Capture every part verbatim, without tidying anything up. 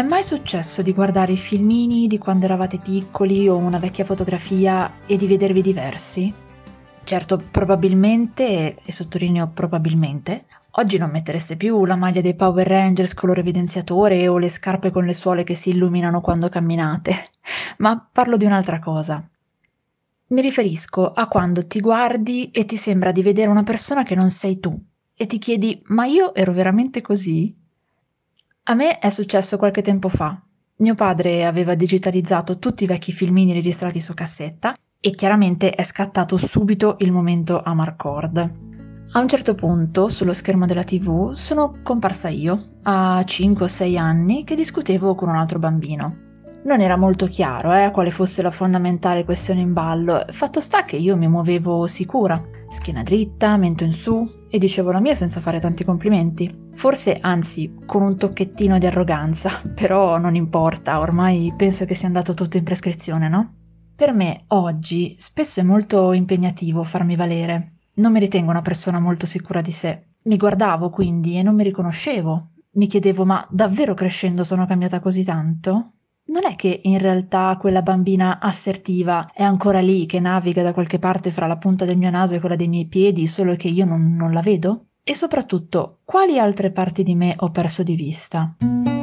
È mai successo di guardare i filmini di quando eravate piccoli o una vecchia fotografia e di vedervi diversi? Certo, probabilmente, e sottolineo probabilmente, oggi non mettereste più la maglia dei Power Rangers colore evidenziatore o le scarpe con le suole che si illuminano quando camminate, ma parlo di un'altra cosa. Mi riferisco a quando ti guardi e ti sembra di vedere una persona che non sei tu e ti chiedi: ma io ero veramente così? A me è successo qualche tempo fa. Mio padre aveva digitalizzato tutti i vecchi filmini registrati su cassetta e chiaramente è scattato subito il momento Amarcord. A un certo punto, sullo schermo della tivù, sono comparsa io, a cinque o sei anni, che discutevo con un altro bambino. Non era molto chiaro eh, quale fosse la fondamentale questione in ballo, fatto sta che io mi muovevo sicura, schiena dritta, mento in su, e dicevo la mia senza fare tanti complimenti. Forse, anzi, con un tocchettino di arroganza, però non importa, ormai penso che sia andato tutto in prescrizione, no? Per me, oggi, spesso è molto impegnativo farmi valere. Non mi ritengo una persona molto sicura di sé. Mi guardavo quindi e non mi riconoscevo. Mi chiedevo, ma davvero crescendo sono cambiata così tanto? Non è che in realtà quella bambina assertiva è ancora lì, che naviga da qualche parte fra la punta del mio naso e quella dei miei piedi, solo che io non, non la vedo? E soprattutto, quali altre parti di me ho perso di vista?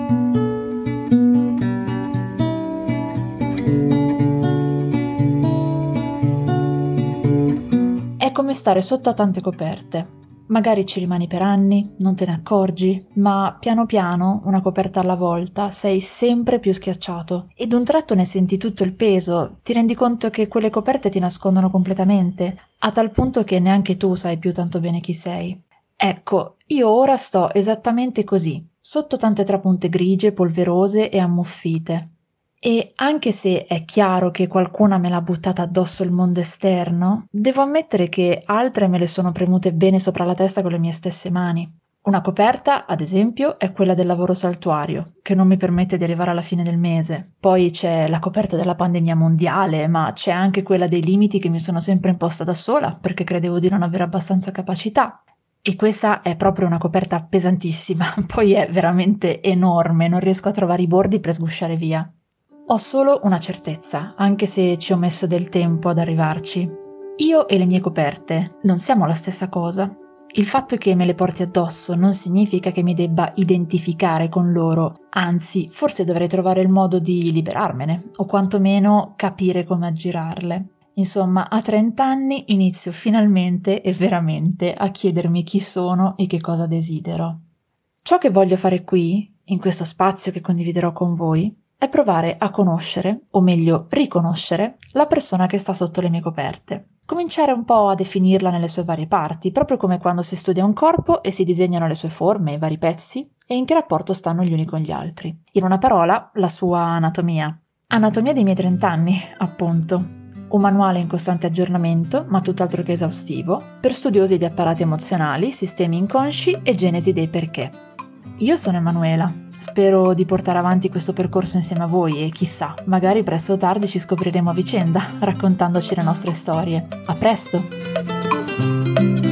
È come stare sotto a tante coperte. Magari ci rimani per anni, non te ne accorgi, ma piano piano, una coperta alla volta, sei sempre più schiacciato e d'un tratto ne senti tutto il peso, ti rendi conto che quelle coperte ti nascondono completamente, a tal punto che neanche tu sai più tanto bene chi sei. Ecco, io ora sto esattamente così, sotto tante trapunte grigie, polverose e ammuffite. E anche se è chiaro che qualcuna me l'ha buttata addosso il mondo esterno, devo ammettere che altre me le sono premute bene sopra la testa con le mie stesse mani. Una coperta, ad esempio, è quella del lavoro saltuario, che non mi permette di arrivare alla fine del mese. Poi c'è la coperta della pandemia mondiale, ma c'è anche quella dei limiti che mi sono sempre imposta da sola, perché credevo di non avere abbastanza capacità. E questa è proprio una coperta pesantissima, poi è veramente enorme, non riesco a trovare i bordi per sgusciare via. Ho solo una certezza, anche se ci ho messo del tempo ad arrivarci. Io e le mie coperte non siamo la stessa cosa. Il fatto che me le porti addosso non significa che mi debba identificare con loro, anzi, forse dovrei trovare il modo di liberarmene, o quantomeno capire come aggirarle. Insomma, a trenta anni inizio finalmente e veramente a chiedermi chi sono e che cosa desidero. Ciò che voglio fare qui, in questo spazio che condividerò con voi, è provare a conoscere, o meglio riconoscere, la persona che sta sotto le mie coperte. Cominciare un po' a definirla nelle sue varie parti, proprio come quando si studia un corpo e si disegnano le sue forme, i vari pezzi, e in che rapporto stanno gli uni con gli altri. In una parola, la sua anatomia. Anatomia dei miei trent'anni, appunto. Un manuale in costante aggiornamento, ma tutt'altro che esaustivo, per studiosi di apparati emozionali, sistemi inconsci e genesi dei perché. Io sono Emanuela. Spero di portare avanti questo percorso insieme a voi e chissà, magari presto o tardi ci scopriremo a vicenda, raccontandoci le nostre storie. A presto!